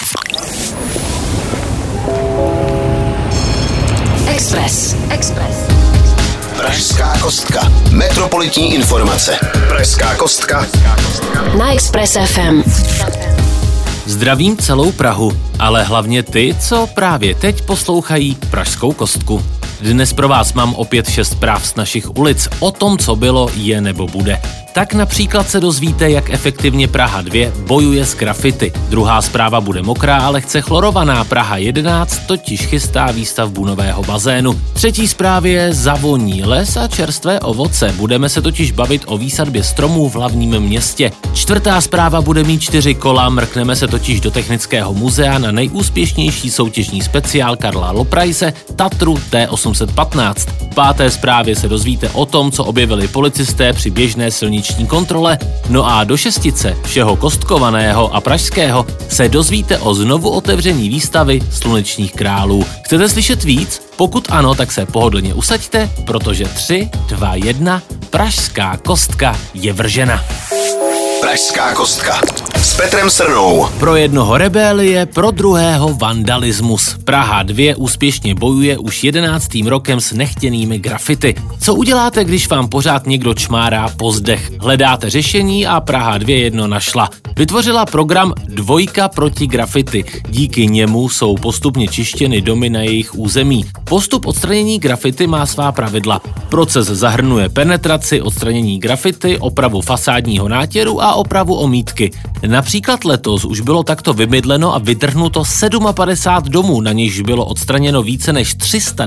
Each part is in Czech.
Express. Pražská kostka. Metropolitní informace. Pražská kostka. Na Express FM. Zdravím celou Prahu, ale hlavně ty, co právě teď poslouchají Pražskou kostku. Dnes pro vás mám opět 6 zpráv z našich ulic o tom, co bylo, je nebo bude. Tak například se dozvíte, jak efektivně Praha 2 bojuje s grafity. Druhá zpráva bude mokrá a lehce chlorovaná. Praha 11 totiž chystá výstavbu nového bazénu. Třetí zprávě zavoní les a čerstvé ovoce. Budeme se totiž bavit o výsadbě stromů v hlavním městě. Čtvrtá zpráva bude mít 4 kola, mrkneme se totiž do Technického muzea na nejúspěšnější soutěžní speciál Karla Loprajse Tatru T815. V páté zprávě se dozvíte o tom, co objevili policisté při běžné silniční kontrole. No a do šestice všeho kostkovaného a pražského se dozvíte o znovu otevření výstavy Slunečních králů. Chcete slyšet víc? Pokud ano, tak se pohodlně usaďte, protože 3, 2, 1, Pražská kostka je vržena. Pražská kostka s Petrem Srnou. Pro jednoho rebélie, pro druhého vandalismus. Praha 2 úspěšně bojuje už 11. rokem s nechtěnými grafity. Co uděláte, když vám pořád někdo čmárá po zdech? Hledáte řešení a Praha 2 jedno našla. Vytvořila program 2 proti grafity. Díky němu jsou postupně čištěny domy na jejich území. Postup odstranění grafity má svá pravidla. Proces zahrnuje penetraci, odstranění grafity, opravu fasádního nátěru a opravu omítky. Například letos už bylo takto vymydleno a vytrhnuto 57 domů, na nichž bylo odstraněno více než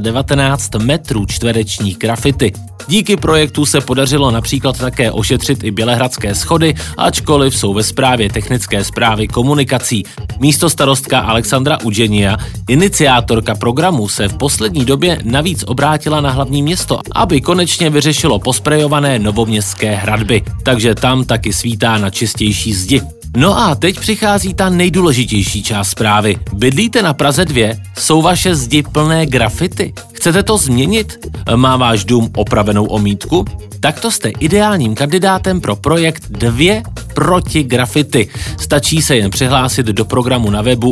319 metrů čtverečních grafity. Díky projektu se podařilo například také ošetřit i bělehradské schody, ačkoliv jsou ve správě technické správy komunikací. Místostarostka Alexandra Udženia, iniciátorka programu, se v poslední době navíc obrátila na hlavní město, aby konečně vyřešilo posprejované novoměstské hradby, takže tam taky svítá na čistější zdi. No a teď přichází ta nejdůležitější část zprávy. Bydlíte na Praze 2? Jsou vaše zdi plné grafity? Chcete to změnit? Má váš dům opravenou omítku? Tak to jste ideálním kandidátem pro projekt 2 proti grafity. Stačí se jen přihlásit do programu na webu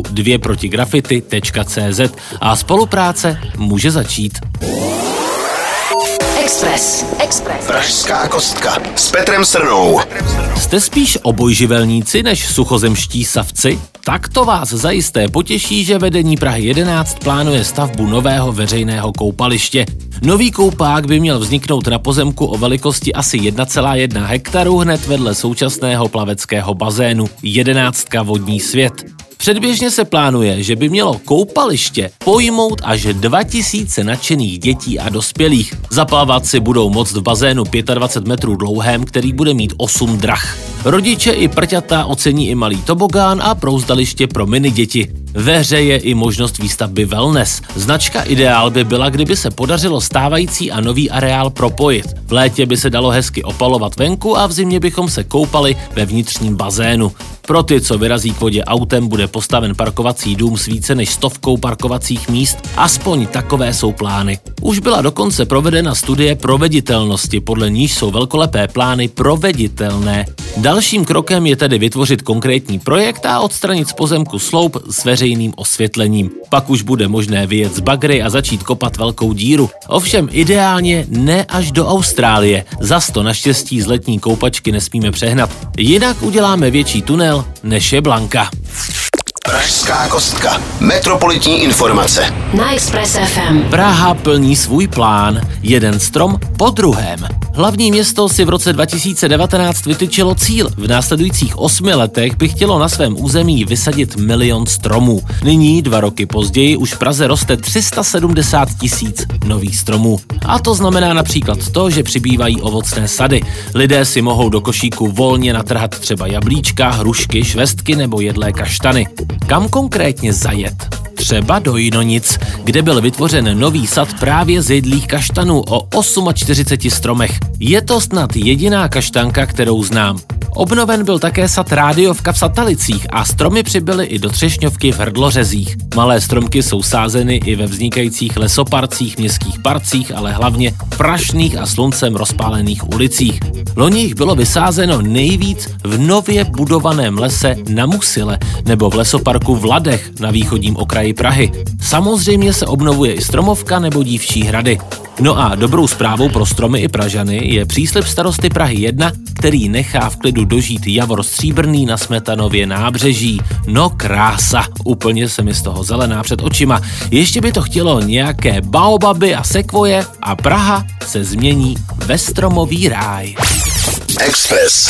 2protigrafity.cz a spolupráce může začít. Express. Pražská kostka s Petrem Srnou. Jste spíš obojživelníci než suchozemští savci? Tak to vás zajisté potěší, že vedení Prahy 11 plánuje stavbu nového veřejného koupaliště. Nový koupák by měl vzniknout na pozemku o velikosti asi 1,1 hektaru hned vedle současného plaveckého bazénu 11 Vodní svět. Předběžně se plánuje, že by mělo koupaliště pojmout až 2000 nadšených dětí a dospělých. Zaplavat si budou moct v bazénu 25 metrů dlouhém, který bude mít 8 drah. Rodiče i prťata ocení i malý tobogán a brouzdaliště pro mini děti. Ve hře je i možnost výstavby wellness. Značka Ideál by byla, kdyby se podařilo stávající a nový areál propojit. V létě by se dalo hezky opalovat venku a v zimě bychom se koupali ve vnitřním bazénu. Pro ty, co vyrazí k vodě autem, bude postaven parkovací dům s více než 100 parkovacích míst. Aspoň takové jsou plány. Už byla dokonce provedena studie proveditelnosti, podle níž jsou velkolepé plány proveditelné. Dalším krokem je tedy vytvořit konkrétní projekt a odstranit z pozemku sloup s veřejným osvětlením. Pak už bude možné vyjet z bagry a začít kopat velkou díru. Ovšem ideálně ne až do Austrálie. Zas to naštěstí z letní koupačky nesmíme přehnat. Jinak uděláme větší tunel, než je Blanka. Pražská kostka. Metropolitní informace. Na Express FM. Praha plní svůj plán. Jeden strom po druhém. Hlavní město si v roce 2019 vytyčilo cíl. V následujících 8 letech by chtělo na svém území vysadit 1 000 000 stromů. Nyní, 2 roky později, už v Praze roste 370 000 nových stromů. A to znamená například to, že přibývají ovocné sady. Lidé si mohou do košíku volně natrhat třeba jablíčka, hrušky, švestky nebo jedlé kaštany. Kam konkrétně zajet? Třeba do Jinonic, kde byl vytvořen nový sad právě z jedlých kaštanů o 48 stromech. Je to snad jediná kaštanka, kterou znám. Obnoven byl také sad Rádiovka v Satalicích a stromy přibyly i do Třešňovky v Hrdlořezích. Malé stromky jsou sázeny i ve vznikajících lesoparcích, městských parcích, ale hlavně v prašných a sluncem rozpálených ulicích. Loni jich bylo vysázeno nejvíc v nově budovaném lese na Musile nebo v lesoparku v Ladech na východním okraji Prahy. Samozřejmě se obnovuje i Stromovka nebo Dívčí Hrady. No a dobrou zprávou pro stromy i Pražany je příslib starosty Prahy 1, který nechá v klidu dožít Javor Stříbrný na Smetanově nábřeží. No krása, úplně se mi z toho zelená před očima. Ještě by to chtělo nějaké baobaby a sekvoje a Praha se změní ve stromový ráj. Express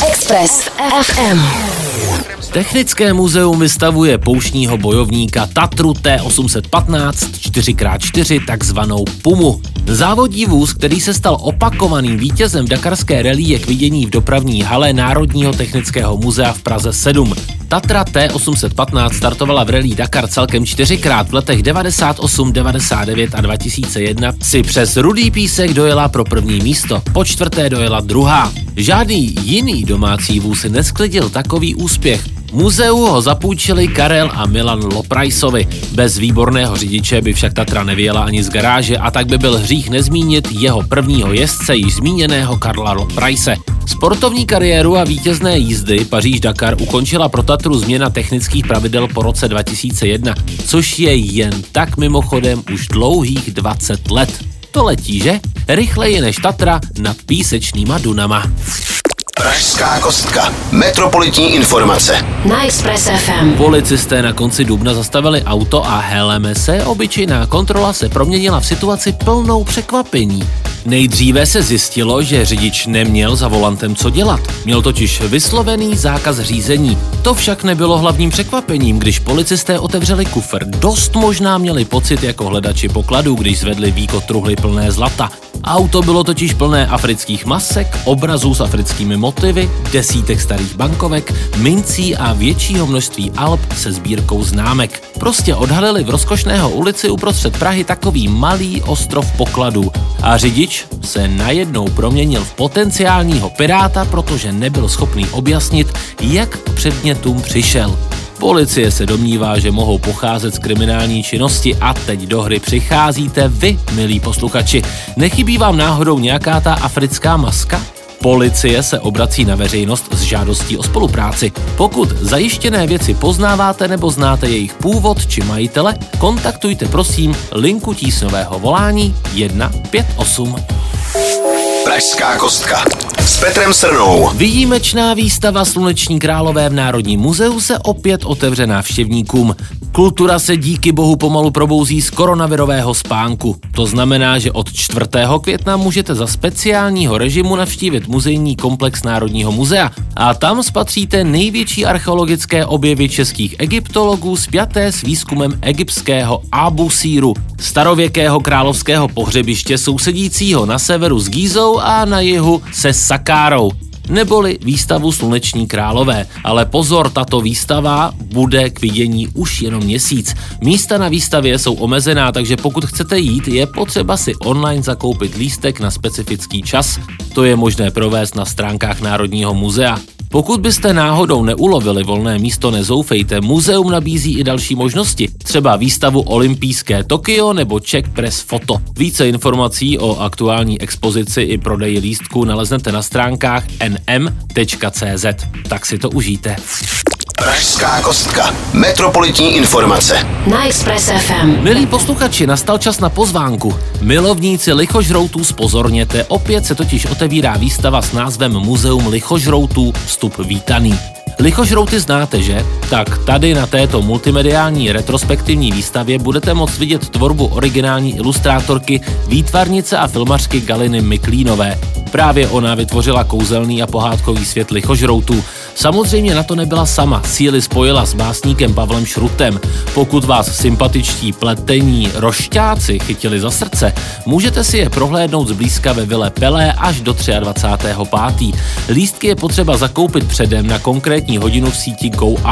FM. Technické muzeum vystavuje pouštního bojovníka Tatru T815 4x4, takzvanou Pumu. Závodní vůz, který se stal opakovaným vítězem dakarské rally, je k vidění v dopravní hale Národního technického muzea v Praze 7. Tatra T815 startovala v rally Dakar celkem 4krát v letech 98, 99 a 2001. Si přes Rudý písek dojela pro první místo, po čtvrté dojela druhá. Žádný jiný domácí vůz nesklidil takový úspěch. Muzeu ho zapůjčili Karel a Milan Loprajsovi. Bez výborného řidiče by však Tatra nevyjela ani z garáže a tak by byl hřích nezmínit jeho prvního jezdce, již zmíněného Karla Loprajse. Sportovní kariéru a vítězné jízdy Paříž-Dakar ukončila pro Tatru změna technických pravidel po roce 2001, což je jen tak mimochodem už dlouhých 20 let. To letí, že? Rychleji než Tatra nad písečnýma dunama. Pražská kostka. Metropolitní informace. Na Express FM. Policisté na konci dubna zastavili auto a heleme se, obyčejná kontrola se proměnila v situaci plnou překvapení. Nejdříve se zjistilo, že řidič neměl za volantem co dělat. Měl totiž vyslovený zákaz řízení. To však nebylo hlavním překvapením, když policisté otevřeli kufr. Dost možná měli pocit jako hledači pokladů, když zvedli výkot truhly plné zlata. Auto bylo totiž plné afrických masek, obrazů s africkými motivy, desítek starých bankovek, mincí a většího množství alb se sbírkou známek. Prostě odhalili v rozkošného ulici uprostřed Prahy takový malý ostrov pokladů a řidič se najednou proměnil v potenciálního piráta, protože nebyl schopný objasnit, jak k předmětům přišel. Policie se domnívá, že mohou pocházet z kriminální činnosti a teď do hry přicházíte vy, milí posluchači. Nechybí vám náhodou nějaká ta africká maska? Policie se obrací na veřejnost s žádostí o spolupráci. Pokud zajištěné věci poznáváte nebo znáte jejich původ či majitele, kontaktujte prosím linku tísňového volání 158. Pražská kostka s Petrem Srnou. Výjimečná výstava Sluneční králové v Národním muzeu se opět otevře návštěvníkům. Kultura se díky bohu pomalu probouzí z koronavirového spánku. To znamená, že od 4. května můžete za speciálního režimu navštívit muzejní komplex Národního muzea a tam spatříte největší archeologické objevy českých egyptologů spjaté s výzkumem egyptského Abu Síru, starověkého královského pohřebiště sousedícího na severu s Gízou a na jihu se Sakárou, neboli výstavu Sluneční králové. Ale pozor, tato výstava bude k vidění už jenom měsíc. Místa na výstavě jsou omezená, takže pokud chcete jít, je potřeba si online zakoupit lístek na specifický čas. To je možné provést na stránkách Národního muzea. Pokud byste náhodou neulovili volné místo, nezoufejte, muzeum nabízí i další možnosti, třeba výstavu Olympijské Tokio nebo Czech Press Foto. Více informací o aktuální expozici i prodeji lístků naleznete na stránkách nm.cz. Tak si to užijte. Pražská kostka. Metropolitní informace. Na Express FM. Milí posluchači, nastal čas na pozvánku. Milovníci lichožroutů zpozorněte, opět se totiž otevírá výstava s názvem Muzeum lichožroutů, vstup vítaný. Lichožrouty znáte, že? Tak tady na této multimediální retrospektivní výstavě budete moct vidět tvorbu originální ilustrátorky, výtvarnice a filmařky Galiny Miklínové. Právě ona vytvořila kouzelný a pohádkový svět lichožroutů. Samozřejmě na to nebyla sama, síly spojila s básníkem Pavlem Šrutem. Pokud vás sympatičtí pletení rošťáci chytili za srdce, můžete si je prohlédnout zblízka ve Vile Pelé až do 23.5. Lístky je potřeba zakoupit předem na konkrétní hodinu v síti Go Out.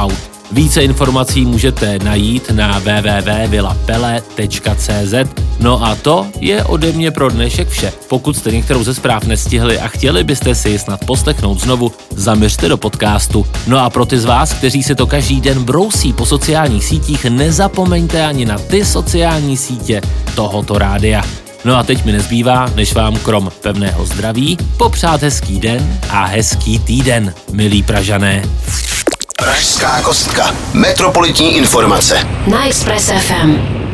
Více informací můžete najít na www.villapele.cz. No a to je ode mě pro dnešek vše. Pokud jste některou ze zpráv nestihli a chtěli byste si ji snad poslechnout znovu, zaměřte do podcastu. No a pro ty z vás, kteří si to každý den brousí po sociálních sítích, nezapomeňte ani na ty sociální sítě tohoto rádia. No a teď mi nezbývá, než vám krom pevného zdraví popřát hezký den a hezký týden, milí Pražané. Pražská kostka. Metropolitní informace. Na Express FM.